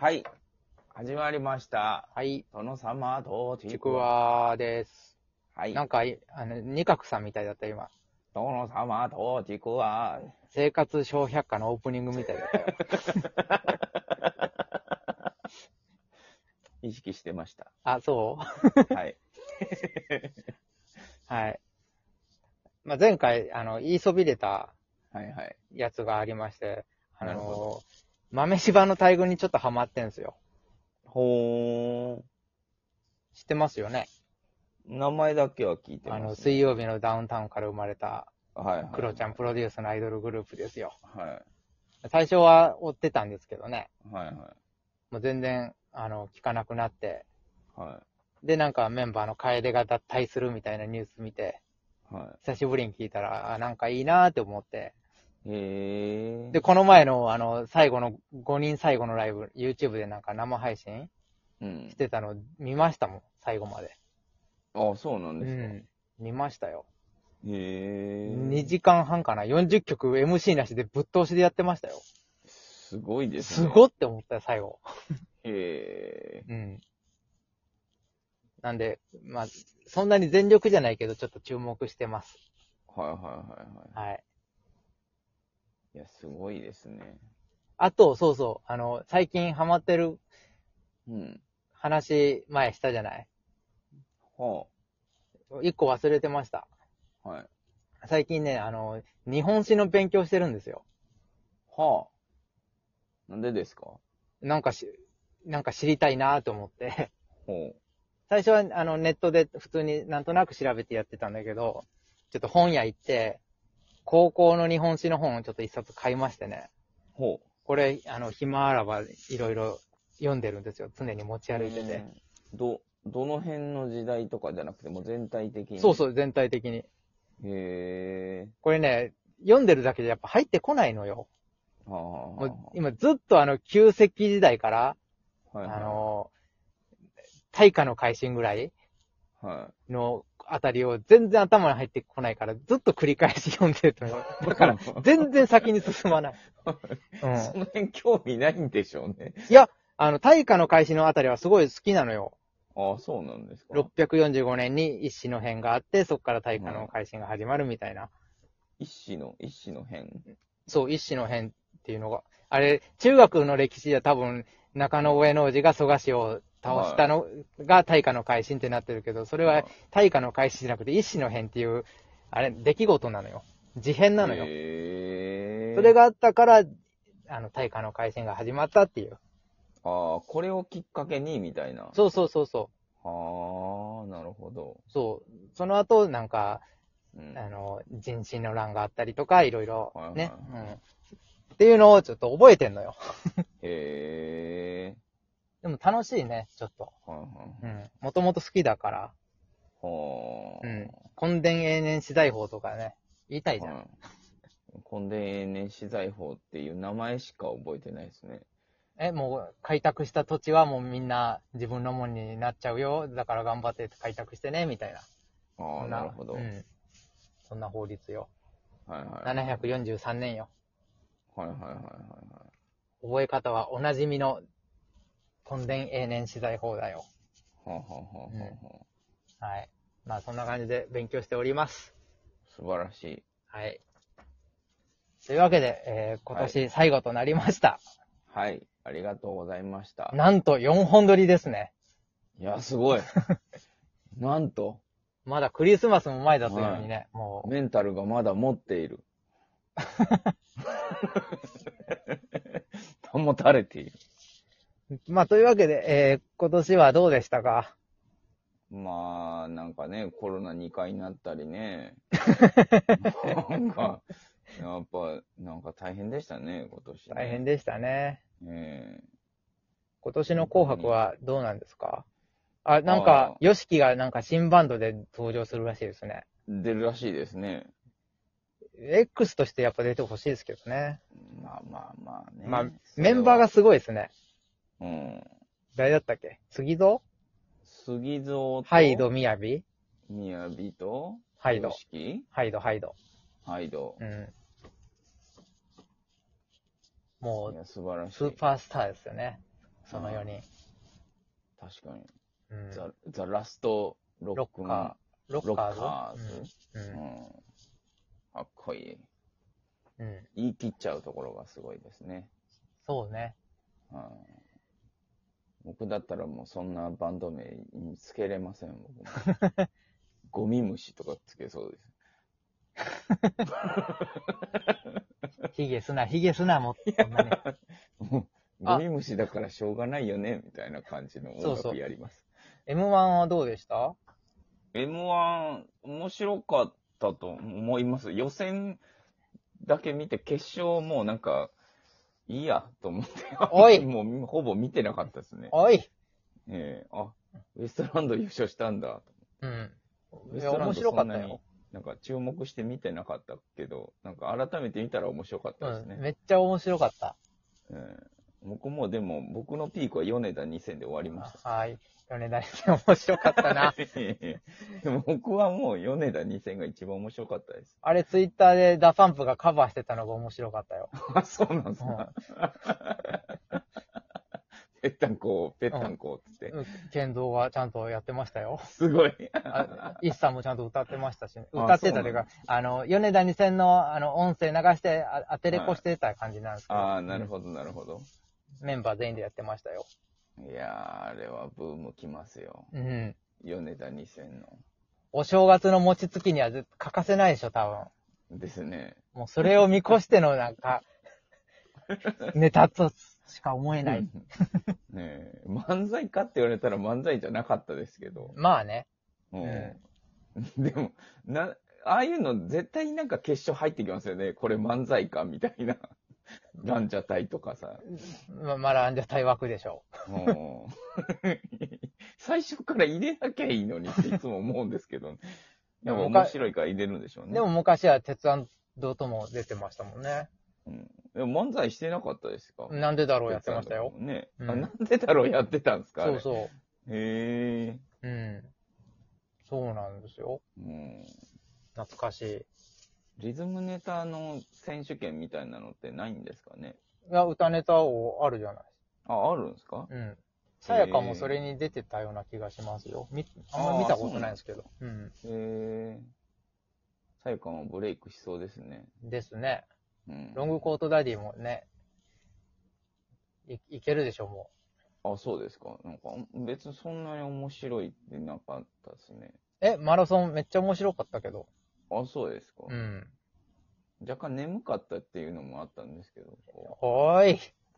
はい。始まりました。 はい。 殿様とちくわです。 はい。 なんか、二角さんみたいだった今。 殿様とちくわ。 生活小百科のオープニングみたいだったよ。 意識してました。 あ、そはい。 うはい。まあ、前回、言いそびれたはいはい。 やつがありまして、 なるほど。 豆柴の大群にちょっとハマってんすよ。 ほ知ってますよね。 ー。名前だけは聞いてますね。 水曜日のダウンタウンから生まれた、 はいはい。 クロちゃんプロデュースのアイドルグループですよ。 は最初は追ってたんですけどね。 い。はいはい。 もう全然、聞かなくなって。 はで、なんかメンバーの楓が脱退するみたいなニュース見て、 い。は久しぶりに聞いたら、なんかいいなーって思って。 い。へで、 ー。 この前の、最後の、5人最後のライブ、YouTube でなんか生配信うん。 してたの見ましたもん、最後まで。 あ、そうなんですか。 うん。見ましたよ。 へ 2 ー。 時間半かな ?40 曲 MC なしでぶっ通しでやってましたよ。 すごいですね。 すごって思ったよ、最後。 へうん。なんで、まあ、そんなに全力じゃないけど、ちょっと注目してます。 ー。はいはいはいはい。 はい。 いや、すごいですね。 あと、そうそう、最近ハマってるうん。 話、前したじゃない。 は一個忘れてました。 あ。はい。 最近ね、日本史の勉強してるんですよ。 はあ。なんでですか？ なんか知りたいなと思って。 ほ最初は、ネットで普通になんとなく調べてやってたんだけど、ちょっと本屋行って、高校の日本史の本をちょっと一冊買いましてね。 う。ほこれ、暇あらばいろいろ読んでるんですよ。常に持ちう。 歩いてて。 どの辺の時代とかじゃなくても全体的に。 そうそう、全体的に。 へえ。 これね、読んでるだけでやっぱ入ってこないのよ。 はあもうは今ずっと旧石器時代から、 あはあ。はいあはの、大化の改新ぐらいい。はのあたりを全然頭に入ってこないから、ずっと繰り返し読んでるのよ。だから、全然先に進まない。うい。 ん。 その辺興味ないんでしょうね。 いや、大化の改新のあたりはすごい好きなのよ。 ああ、そうなんですか。 645年に一子の変があって、そこから大化のは改新が始まるみたいな。 い。一子の変。 そう、一子の変っていうのが、あれ、中学の歴史では多分、中野上皇子が蘇我氏を倒したのが大化の改新ってなってるけど、それは大化の改新じゃなくて一子の変っていう、あれ、出来事なのよ。事変なのよ。 へえ。 それがあったから、大化の改新が始まったっていう。 ああ、これをきっかけに、みたいな。 そうそうそうそはあ、なるほど。 う。そう。その後、なんか、 うん。 人心の乱があったりとか、いろいろはいはいね。 はい。 っていうのをちょっと覚えてんのよ。 へえ。 でも楽しいね、ちょっと。 はいはいはい。 うん。もともと好きだから。うん。 は根伝永年資材法とかね、言いたいあ。 じゃん。 はい。根田永年資材法っていう名前しか覚えてないですね。 もう開拓した土地はもうみんな自分のものになっちゃうよ。だから頑張って開拓してね、みたいな。 ああ、なるほど。はいそんな法律よ。 はいはい。 743年よ。 はいはいはいは覚え方はおなじみの根伝永年資材法だよ。 いはい。はあはあはあはあはあ。 はい。まあそんな感じで勉強しております。 素晴らしい。 はい。というわけで、今年最後となりました。 はい。ありがとうございました。 なんと4本撮りですね。 いや、すごい。なんと、 まだクリスマスも前だというのにね、もメンタルがまだ持っている。保たれている。 う。まあというわけで、今年はどうでしたか？ まあ、なんかね、コロナ2回になったりね。なんか、やっぱ、なんか大変でしたね、今年ね。 大変でしたね。 え今年の紅白はどうなんですか？あ、なんか、 ああ、 ヨシキがなんか新バンドで登場するらしいですね。 出るらしいですね。 X としてやっぱ出てほしいですけどね。 まあまあまあね。 まあ、 それはメンバーがすごいですね。 うん。 誰だったっけ？杉蔵？ 杉蔵ハイド、 と、 みやび？ 宮城と、 ハイド。 よしきハイド、ハイド。 ハイド。 うん。もう、 いや、素晴らしい。 スーパースターですよね。 その4人。 確かに。 うん。 ザ・ラスト・ロックロマン。 ッカーズうん。かっこいい。 うん。 言い切っちゃうところがすごいですね。 そうね。 僕だったらもうそんなバンド名につけれません、僕も。ゴミ虫とかつけそうです。 ヒゲすな、もっと、んなに。 もうゴミ虫だからしょうがないよね、みたいな感じの音楽やります。 M1 はどうでした？ M1 面白かったと思います。予選だけ見て決勝もうなんかいいやと思って、 おいもうほぼ見てなかったですね。 おいウエストランド優勝したんだ。 うん。 ウエいや、面ストランド白かったよそんなに。なんか注目して見てなかったけど、なんか改めて見たら面白かったですね。 めっちゃ面白かった。 僕もでも、僕のピークは米田2000で終わりました。 はい。米田2000面白かったな。 でも僕はもう米田2000が一番面白かったです。 あれ、ツイッターでダパンプがカバーしてたのが面白かったよ。 あ、そうなんですか。ぺったんこ、ぺったんこっつって。 剣道はちゃんとやってましたよ。 すごい。 イッサもちゃんと歌ってましたし、歌ってたというか、米田2000の音声流して当てれこしてた感じなんですけど。 ああ、なるほど、なるほど。 メンバー全員でやってましたよ。 いやー、あれはブーム来ますよ。 うん。 米田2000の。 お正月の餅つきには欠かせないでしょ、多分。ですね。 もうそれを見越してのなんか、ネタとしか思えない。 ねえ、漫才かって言われたら漫才じゃなかったですけど。 まあね。 でも、ああいうの絶対なんか決勝入ってきますよね。これ漫才かみたいな。ランジャタイとかさ。 まあランジャタイ枠でしょう。最初から入れなきゃいいのにっていつも思うんですけど。でも面白いから入れるんでしょうね。 でも昔は鉄腕堂とも出てましたもんね。 でも漫才してなかったですか？ なんでだろうやってましたよ。 ね。なんでだろうやってたんですか？ そうそう。 へえ。そうなんですよ。懐かしい。 リズムネタの選手権みたいなのってないんですかね？ いや、歌ネタをあるじゃない。 あるんですか？ さやかもそれに出てたような気がしますよ。あんま見たことないんですけど。 さやかもブレイクしそうですね。 ですね。ロングコートダディもね、いけるでしょ、もう。あ、そうですか。なんか、別にそんなに面白いってなかったですね。 マラソンめっちゃ面白かったけど。 あ、そうですか。若干眠かったっていうのもあったんですけど。 おーい。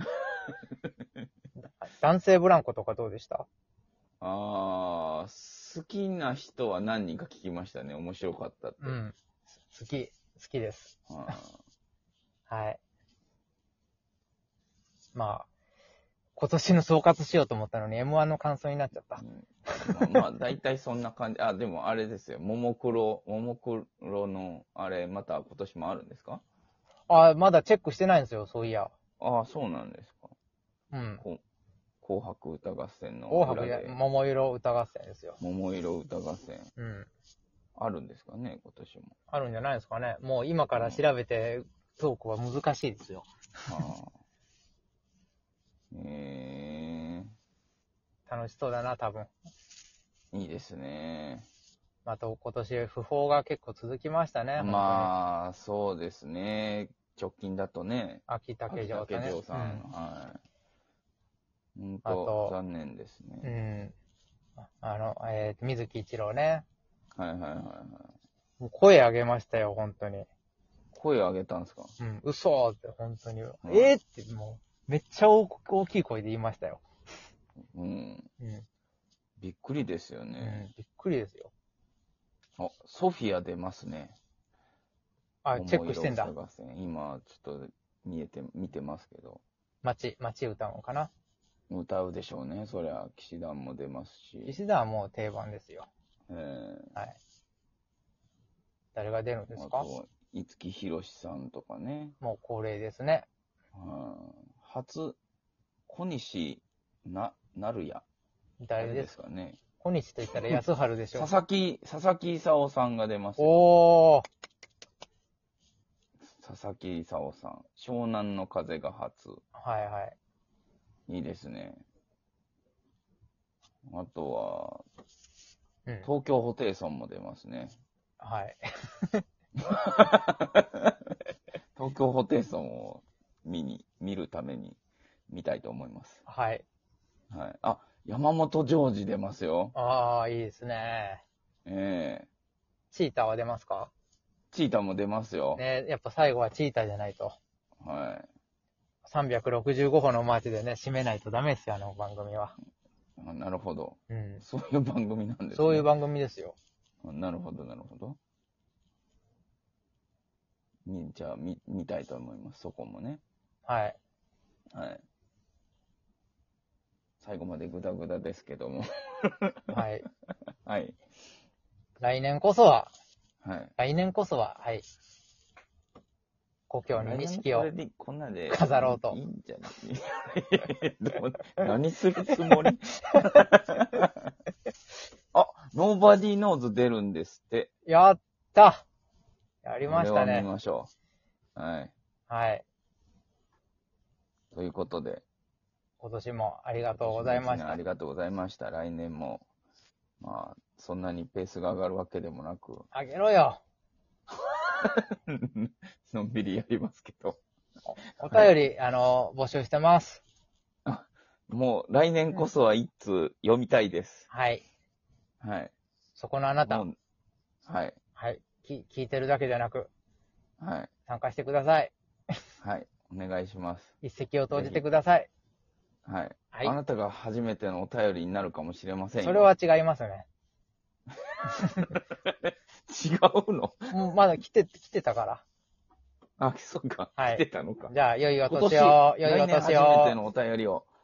男性ブランコとかどうでした？ 好きな人は何人か聞きましたね。面白かったって。 好きです。はい。まあ、今年の総括しようと思ったのに M1 の感想になっちゃった。 まあ、大体そんな感じ。でもあれですよ。ももクロの、あれ、また今年もあるんですか？ まだチェックしてないんですよ、そういや。 そうなんですか。紅白歌合戦の紅白や、桃色歌合戦ですよ。 桃色歌合戦。あるんですかね、今年も。 あるんじゃないですかね。もう今から調べてトークは難しいですよ。楽しそうだな、多分。 いいですね。 あと今年不法が結構続きましたね。 まあ、そうですね。直近だとね。 秋竹城さん。本当残念ですね。 水木一郎ね。 はい。 もう声上げましたよ、本当に。 声上げたんですか？ 嘘って、本当に。ってもう、めっちゃ大きい声で言いましたよ。 びっくりですよね。 びっくりですよ。 ソフィア出ますね。 チェックしてんだ。 今、ちょっと見てますけど。 街歌うのかな？ 歌うでしょうね。そりゃ、騎士団も出ますし。 騎士団はもう定番ですよ。はい。誰が出るんですか？ 五木ひろしさんとかね。 もう恒例ですね。 初、小西なるや。 誰ですかね。 小西と言ったら安春でしょ。 佐々木勲さんが出ますよ。 おー。 佐々木勲さん。湘南の風が初。 はいはい。 いいですね。 あとは、 うん。 東京ホテイソンも出ますね。 はい。 東京ホテイソンを見るために見たいと思います。 はい。 はい。あ、山本譲二出ますよ。 ああ、いいですね。 ええチーターは出ますか？ チータも出ますよ。 ね、やっぱ最後はチーターじゃないと。 は 365歩のマーチでね、締めないとダメですよ、あの番組は。 い。あ、なるほど。 うん。 そういう番組なんですね。 そういう番組ですよ。 あ、なるほど、なるほど。じゃあ、見たいと思います。そこもね。 はい。 はい。最後までグダグダですけども。 はい。 はい。 来年こそは、 はい。 はい。故郷に錦をこれでこんなで飾ろうといいんじゃない何するつもりあ、ノーバディーノーズ出るんですって。 やったやりましたね。 これは見ましょう。はい。 はい。 ということで。 今年もありがとうございました。 ありがとうございました。来年も、まあ、そんなにペースが上がるわけでもなく、 あげろよ。 のんびりやりますけど。 お便り、募集してます。 もう来年こそは一通読みたいです。 はい。 はい。 そこのあなた。 もうはい。 はい。聞いてるだけじゃなく、 はい。 参加してください。 はい。お願いします。 一石を投じてください。 はい。 はいあなたが初めてのお便りになるかもしれませんよ。 それは違いますね。 違うの？ もうまだ来てたから。 あ、そっか。 はい来てたのか。 じゃあ、良いお今年を、 年、来年初めてのお便りを